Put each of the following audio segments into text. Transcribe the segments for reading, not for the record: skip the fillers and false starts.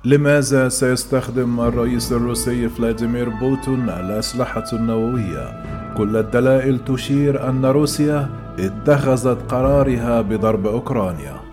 لماذا سيستخدم الرئيس الروسي فلاديمير بوتون الأسلحة النووية؟ كل الدلائل تشير أن روسيا اتخذت قرارها بضرب أوكرانيا.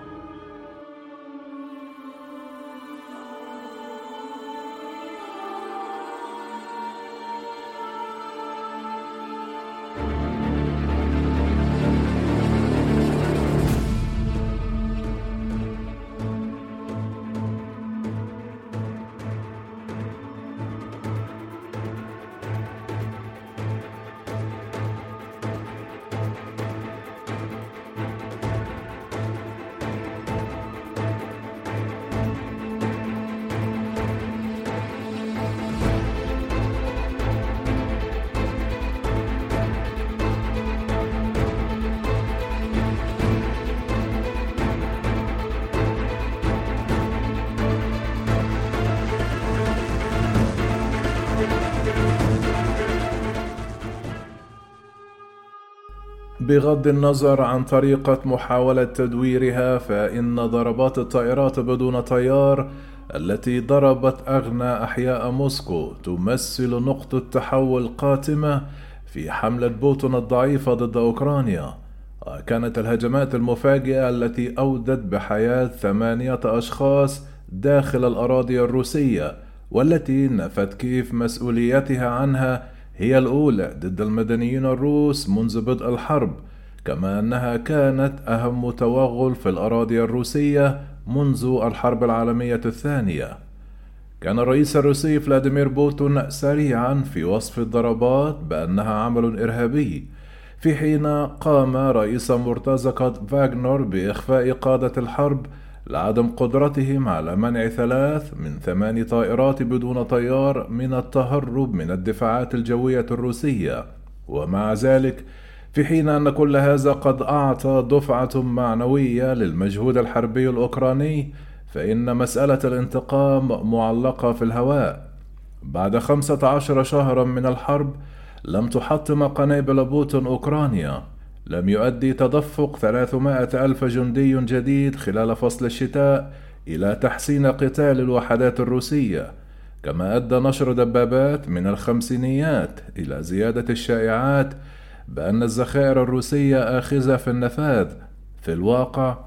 بغض النظر عن طريقة محاولة تدويرها، فإن ضربات الطائرات بدون طيار التي ضربت أغنى أحياء موسكو تمثل نقطة تحول قاتمة في حملة بوتون الضعيفة ضد أوكرانيا. كانت الهجمات المفاجئة التي أودت بحياة 8 أشخاص داخل الأراضي الروسية، والتي نفت كيف مسؤوليتها عنها، هي الأولى ضد المدنيين الروس منذ بدء الحرب، كما أنها كانت أهم توغل في الأراضي الروسية منذ الحرب العالمية الثانية. كان الرئيس الروسي فلاديمير بوتون سريعا في وصف الضربات بأنها عمل إرهابي، في حين قام رئيس مرتزقة فاغنر بإخفاء قادة الحرب لعدم قدرتهم على منع 3 من 8 طائرات بدون طيار من التهرب من الدفاعات الجوية الروسية. ومع ذلك، في حين أن كل هذا قد أعطى دفعة معنوية للمجهود الحربي الأوكراني، فإن مسألة الانتقام معلقة في الهواء. بعد 15 شهرا من الحرب، لم تحطم قنابل بوتون أوكرانيا. لم يؤدي تدفق 300 ألف جندي جديد خلال فصل الشتاء إلى تحسين قتال الوحدات الروسية، كما أدى نشر دبابات من الخمسينيات إلى زيادة الشائعات بأن الذخائر الروسية آخذة في النفاذ. في الواقع،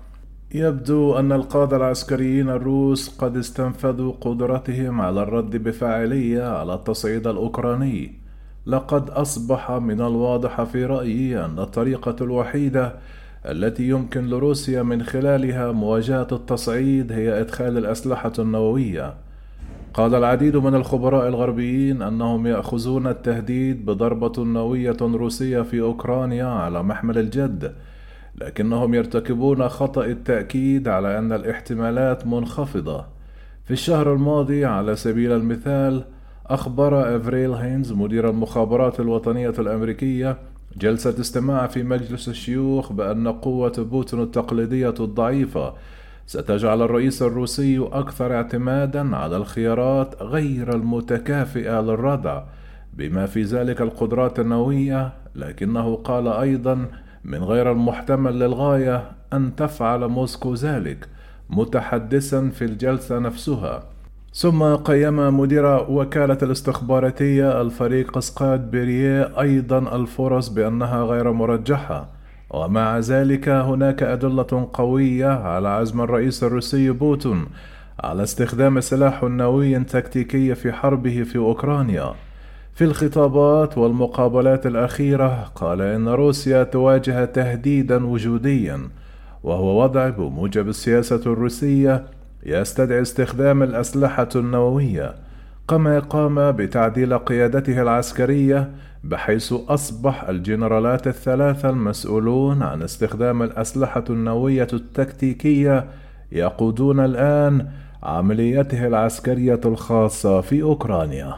يبدو أن القادة العسكريين الروس قد استنفذوا قدرتهم على الرد بفاعلية على التصعيد الأوكراني. لقد أصبح من الواضح في رأيي أن الطريقة الوحيدة التي يمكن لروسيا من خلالها مواجهة التصعيد هي إدخال الأسلحة النووية. قال العديد من الخبراء الغربيين أنهم يأخذون التهديد بضربة نووية روسية في أوكرانيا على محمل الجد، لكنهم يرتكبون خطأ التأكيد على أن الاحتمالات منخفضة. في الشهر الماضي على سبيل المثال، أخبر إفريل هينز مدير المخابرات الوطنية الأمريكية جلسة استماع في مجلس الشيوخ بأن قوة بوتين التقليدية الضعيفة ستجعل الرئيس الروسي أكثر اعتمادا على الخيارات غير المتكافئة للردع، بما في ذلك القدرات النووية. لكنه قال أيضا: من غير المحتمل للغاية أن تفعل موسكو ذلك، متحدثا في الجلسة نفسها. ثم قيم مدير وكالة الاستخباراتية الفريق سكوت بيريه أيضا الفرص بأنها غير مرجحة. ومع ذلك، هناك أدلة قوية على عزم الرئيس الروسي بوتون على استخدام سلاح نووي تكتيكي في حربه في أوكرانيا. في الخطابات والمقابلات الأخيرة، قال إن روسيا تواجه تهديدا وجوديا، وهو وضع بموجب السياسة الروسية يستدعي استخدام الأسلحة النووية. كما قام بتعديل قيادته العسكرية، بحيث أصبح الجنرالات الثلاثة المسؤولون عن استخدام الأسلحة النووية التكتيكية يقودون الآن عمليته العسكرية الخاصة في أوكرانيا.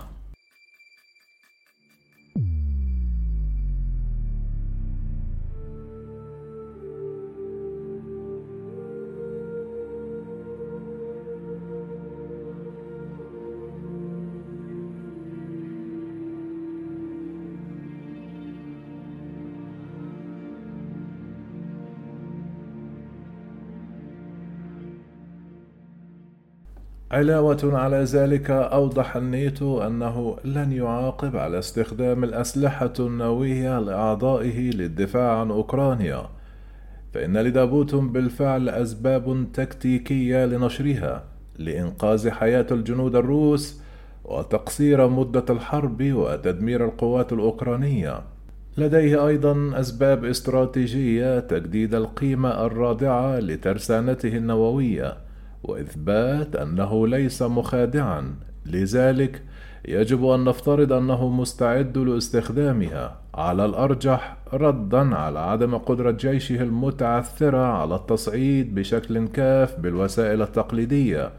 علاوة على ذلك، أوضح الناتو أنه لن يعاقب على استخدام الأسلحة النووية لأعضائه للدفاع عن أوكرانيا، فإن لدى بوتين بالفعل أسباب تكتيكية لنشرها لإنقاذ حياة الجنود الروس وتقصير مدة الحرب وتدمير القوات الأوكرانية. لديه أيضا أسباب استراتيجية تجديد القيمة الرادعة لترسانته النووية وإثبات أنه ليس مخادعا، لذلك يجب أن نفترض أنه مستعد لاستخدامها، على الأرجح ردًا على عدم قدرة جيشه المتعثرة على التصعيد بشكل كاف بالوسائل التقليدية.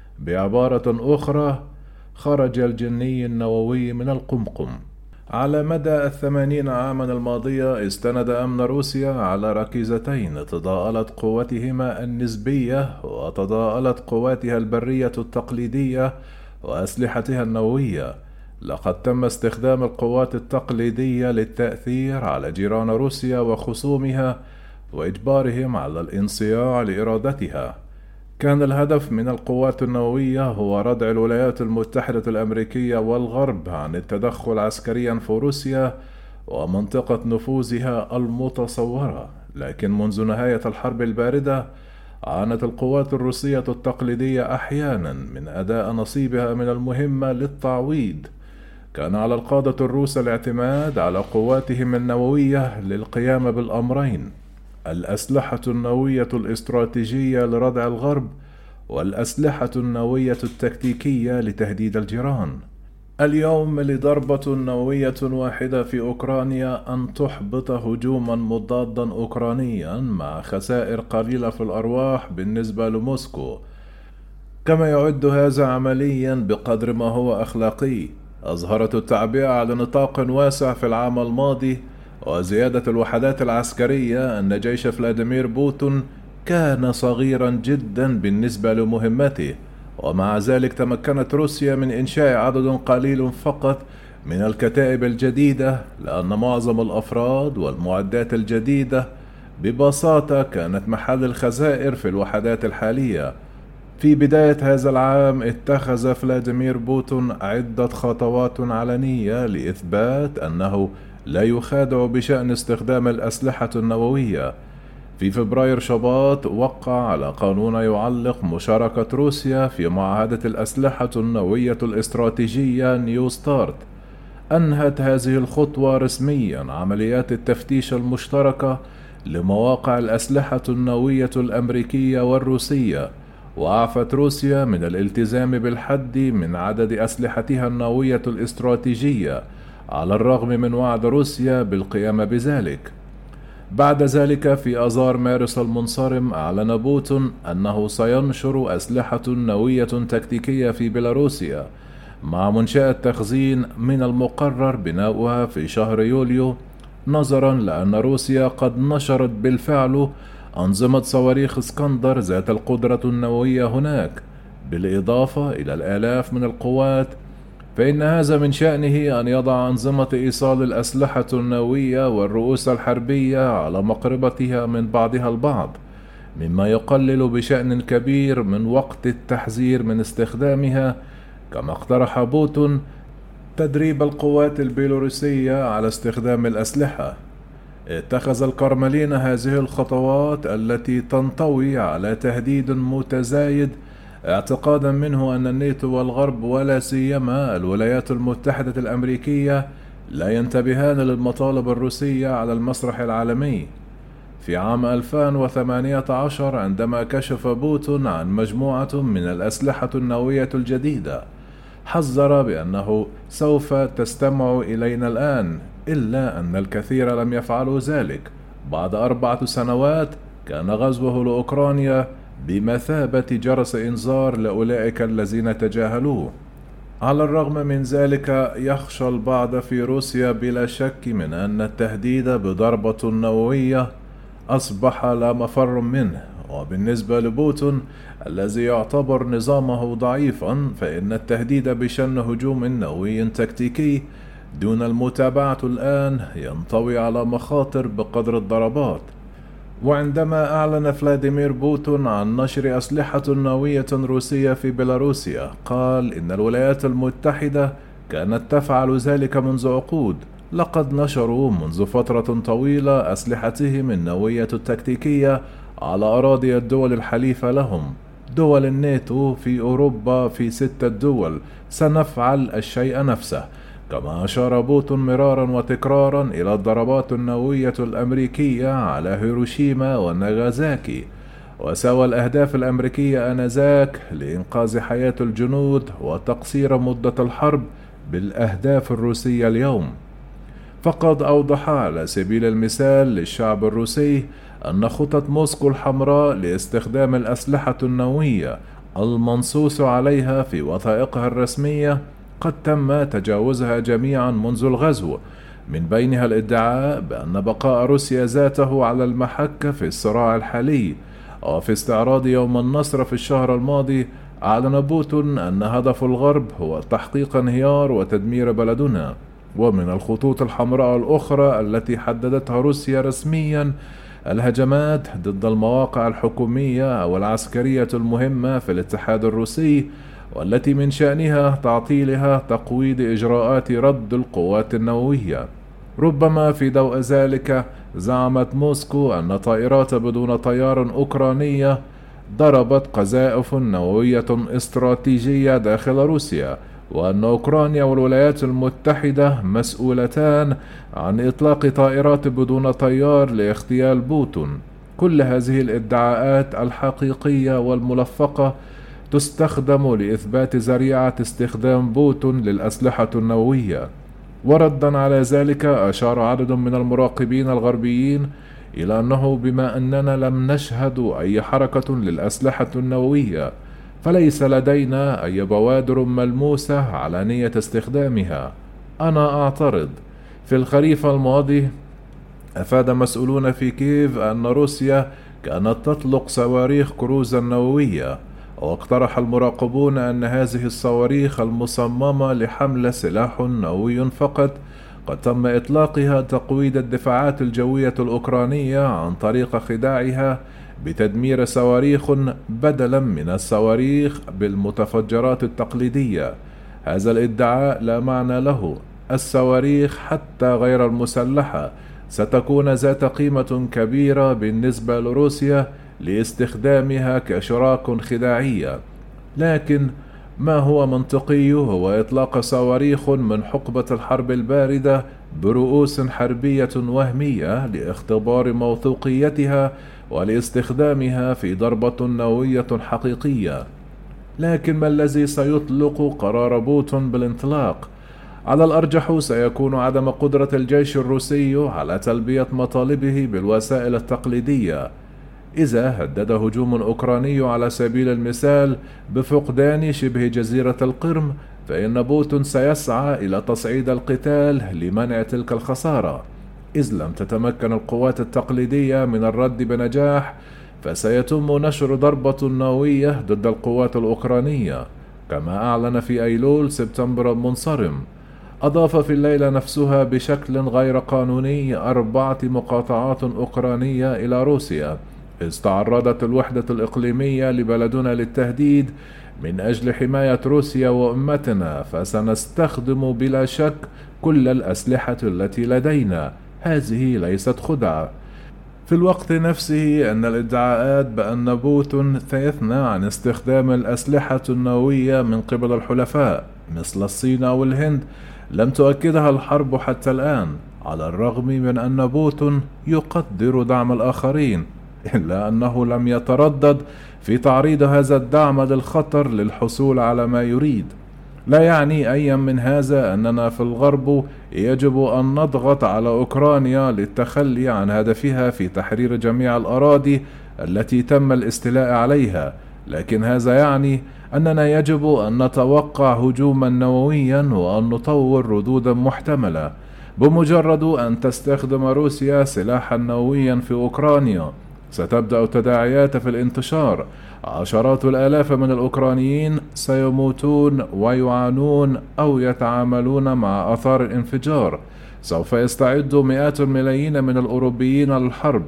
بعبارة أخرى، خرج الجني النووي من القمقم. على مدى 80 عاما الماضية استند أمن روسيا على ركيزتين تضاءلت قوتهما النسبية وتضاءلت قواتها البرية التقليدية وأسلحتها النووية. لقد تم استخدام القوات التقليدية للتأثير على جيران روسيا وخصومها وإجبارهم على الانصياع لإرادتها. كان الهدف من القوات النووية هو ردع الولايات المتحدة الأمريكية والغرب عن التدخل عسكريا في روسيا ومنطقة نفوذها المتصورة، لكن منذ نهاية الحرب الباردة عانت القوات الروسية التقليدية أحيانا من أداء نصيبها من المهمة للتعويض. كان على القادة الروس الاعتماد على قواتهم النووية للقيام بالأمرين: الأسلحة النووية الاستراتيجية لردع الغرب، والأسلحة النووية التكتيكية لتهديد الجيران. اليوم لضربة نووية واحدة في أوكرانيا أن تحبط هجوما مضادا أوكرانيا مع خسائر قليلة في الأرواح بالنسبة لموسكو، كما يعد هذا عمليا بقدر ما هو أخلاقي. أظهرت التعبئة على نطاق واسع في العام الماضي وزيادة الوحدات العسكرية أن جيش فلاديمير بوتين كان صغيرا جدا بالنسبة لمهمته، ومع ذلك تمكنت روسيا من إنشاء عدد قليل فقط من الكتائب الجديدة، لأن معظم الأفراد والمعدات الجديدة ببساطة كانت محل الخسائر في الوحدات الحالية. في بداية هذا العام اتخذ فلاديمير بوتين عدة خطوات علنية لإثبات أنه لا يخادع بشأن استخدام الأسلحة النووية. في فبراير شباط وقع على قانون يعلق مشاركة روسيا في معاهدة الأسلحة النووية الاستراتيجية نيو ستارت. أنهت هذه الخطوة رسميا عمليات التفتيش المشتركة لمواقع الأسلحة النووية الأمريكية والروسية، وأعفت روسيا من الالتزام بالحد من عدد أسلحتها النووية الاستراتيجية على الرغم من وعد روسيا بالقيام بذلك. بعد ذلك في آذار مارس المنصرم أعلن بوتين أنه سينشر أسلحة نووية تكتيكية في بيلاروسيا، مع منشأة تخزين من المقرر بناؤها في شهر يوليو، نظرا لأن روسيا قد نشرت بالفعل أنظمة صواريخ اسكندر ذات القدرة النووية هناك، بالإضافة إلى الآلاف من القوات. فإن هذا من شأنه أن يضع أنظمة إيصال الأسلحة النووية والرؤوس الحربية على مقربتها من بعضها البعض، مما يقلل بشأن كبير من وقت التحذير من استخدامها. كما اقترح بوتين تدريب القوات البيلاروسية على استخدام الأسلحة. اتخذ الكرملين هذه الخطوات التي تنطوي على تهديد متزايد، اعتقادا منه أن الناتو والغرب ولا سيما الولايات المتحدة الأمريكية لا ينتبهان للمطالب الروسية على المسرح العالمي. في عام 2018 عندما كشف بوتين عن مجموعة من الأسلحة النووية الجديدة، حذر بأنه سوف تستمع إلينا الآن، إلا أن الكثير لم يفعلوا ذلك. بعد 4 سنوات كان غزوه لأوكرانيا بمثابة جرس إنذار لأولئك الذين تجاهلوه. على الرغم من ذلك يخشى البعض في روسيا بلا شك من أن التهديد بضربة نووية أصبح لا مفر منه، وبالنسبة لبوتين الذي يعتبر نظامه ضعيفا، فإن التهديد بشن هجوم نووي تكتيكي دون المتابعة الآن ينطوي على مخاطر بقدر الضربات. وعندما أعلن فلاديمير بوتون عن نشر أسلحة نووية روسية في بيلاروسيا، قال إن الولايات المتحدة كانت تفعل ذلك منذ عقود. لقد نشروا منذ فترة طويلة أسلحتهم النووية التكتيكية على أراضي الدول الحليفة لهم، دول الناتو في أوروبا. في 6 دول سنفعل الشيء نفسه. كما أشار بوتون مرارا وتكرارا إلى الضربات النووية الأمريكية على هيروشيما وناغازاكي، وسوى الأهداف الأمريكية آنذاك لإنقاذ حياة الجنود وتقصير مدة الحرب بالأهداف الروسية اليوم. فقد أوضح على سبيل المثال للشعب الروسي أن خطط موسكو الحمراء لاستخدام الأسلحة النووية المنصوص عليها في وثائقها الرسمية قد تم تجاوزها جميعا منذ الغزو، من بينها الادعاء بأن بقاء روسيا ذاته على المحك في الصراع الحالي. وفي استعراض يوم النصر في الشهر الماضي، أعلن بوتون أن هدف الغرب هو تحقيق انهيار وتدمير بلدنا. ومن الخطوط الحمراء الأخرى التي حددتها روسيا رسميا الهجمات ضد المواقع الحكومية أو العسكرية المهمة في الاتحاد الروسي، والتي من شأنها تعطيلها تقويض إجراءات رد القوات النووية. ربما في ضوء ذلك زعمت موسكو أن طائرات بدون طيار أوكرانية ضربت قذائف نووية استراتيجية داخل روسيا، وأن أوكرانيا والولايات المتحدة مسؤولتان عن إطلاق طائرات بدون طيار لاغتيال بوتون. كل هذه الادعاءات الحقيقية والملفقة تستخدم لإثبات ذريعة استخدام بوتون للأسلحة النووية. وردا على ذلك، أشار عدد من المراقبين الغربيين إلى أنه بما أننا لم نشهد أي حركة للأسلحة النووية، فليس لدينا أي بوادر ملموسة على نية استخدامها. أنا أعترض. في الخريف الماضي أفاد مسؤولون في كييف أن روسيا كانت تطلق صواريخ كروزا نووية، واقترح المراقبون أن هذه الصواريخ المصممة لحمل سلاح نووي فقط قد تم إطلاقها تقويض الدفاعات الجوية الأوكرانية عن طريق خداعها بتدمير صواريخ بدلا من الصواريخ بالمتفجرات التقليدية. هذا الادعاء لا معنى له. الصواريخ حتى غير المسلحة ستكون ذات قيمة كبيرة بالنسبة لروسيا لاستخدامها كشراك خداعية، لكن ما هو منطقي هو إطلاق صواريخ من حقبة الحرب الباردة برؤوس حربية وهمية لاختبار موثوقيتها ولاستخدامها في ضربة نووية حقيقية. لكن ما الذي سيطلق قرار بوتون بالانطلاق؟ على الأرجح سيكون عدم قدرة الجيش الروسي على تلبية مطالبه بالوسائل التقليدية. إذا هدد هجوم أوكراني على سبيل المثال بفقدان شبه جزيرة القرم، فإن بوتون سيسعى إلى تصعيد القتال لمنع تلك الخسارة. إذ لم تتمكن القوات التقليدية من الرد بنجاح، فسيتم نشر ضربة نووية ضد القوات الأوكرانية، كما أعلن في أيلول سبتمبر المنصرم. أضاف في الليلة نفسها بشكل غير قانوني 4 مقاطعات أوكرانية إلى روسيا، إذ تعرضت الوحدة الإقليمية لبلدنا للتهديد من أجل حماية روسيا وأمتنا، فسنستخدم بلا شك كل الأسلحة التي لدينا. هذه ليست خدعة. في الوقت نفسه أن الادعاءات بأن بوتون سيثنى عن استخدام الأسلحة النووية من قبل الحلفاء مثل الصين أو الهند لم تؤكدها الحرب حتى الآن، على الرغم من أن بوتون يقدر دعم الآخرين، إلا أنه لم يتردد في تعريض هذا الدعم للخطر للحصول على ما يريد. لا يعني أي من هذا أننا في الغرب يجب أن نضغط على أوكرانيا للتخلي عن هدفها في تحرير جميع الأراضي التي تم الاستيلاء عليها، لكن هذا يعني أننا يجب أن نتوقع هجوما نوويا وأن نطور ردودا محتملة. بمجرد أن تستخدم روسيا سلاحا نوويا في أوكرانيا ستبدأ التداعيات في الانتشار. عشرات الآلاف من الأوكرانيين سيموتون ويعانون أو يتعاملون مع آثار الانفجار. سوف يستعد مئات الملايين من الأوروبيين للحرب،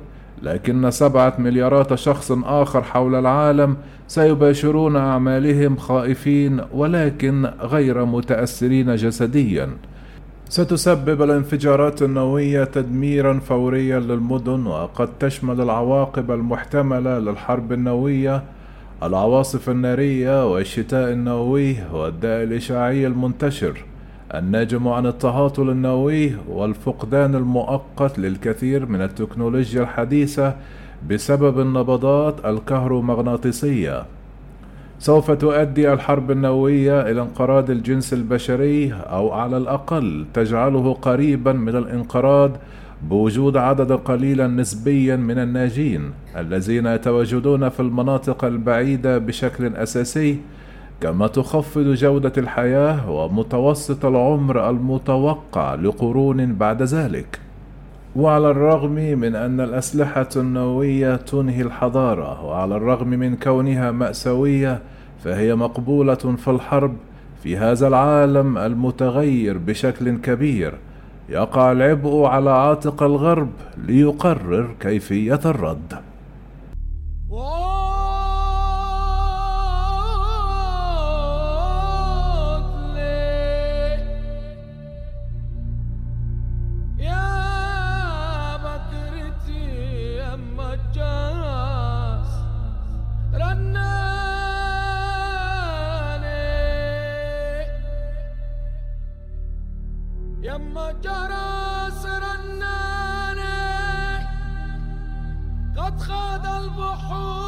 لكن 7 مليارات شخص آخر حول العالم سيباشرون أعمالهم خائفين ولكن غير متأثرين جسديا. ستسبب الانفجارات النووية تدميرا فوريا للمدن، وقد تشمل العواقب المحتملة للحرب النووية العواصف النارية والشتاء النووي والداء الإشعاعي المنتشر الناجم عن التهاطل النووي والفقدان المؤقت للكثير من التكنولوجيا الحديثة بسبب النبضات الكهرومغناطيسية. سوف تؤدي الحرب النووية إلى انقراض الجنس البشري، أو على الأقل تجعله قريبا من الانقراض بوجود عدد قليلا نسبيا من الناجين الذين يتواجدون في المناطق البعيدة بشكل أساسي، كما تخفض جودة الحياة ومتوسط العمر المتوقع لقرون بعد ذلك. وعلى الرغم من أن الأسلحة النووية تنهي الحضارة، وعلى الرغم من كونها مأساوية، فهي مقبولة في الحرب. في هذا العالم المتغير بشكل كبير يقع العبء على عاتق الغرب ليقرر كيفية الرد. يما جرس رناني قد خاض البحور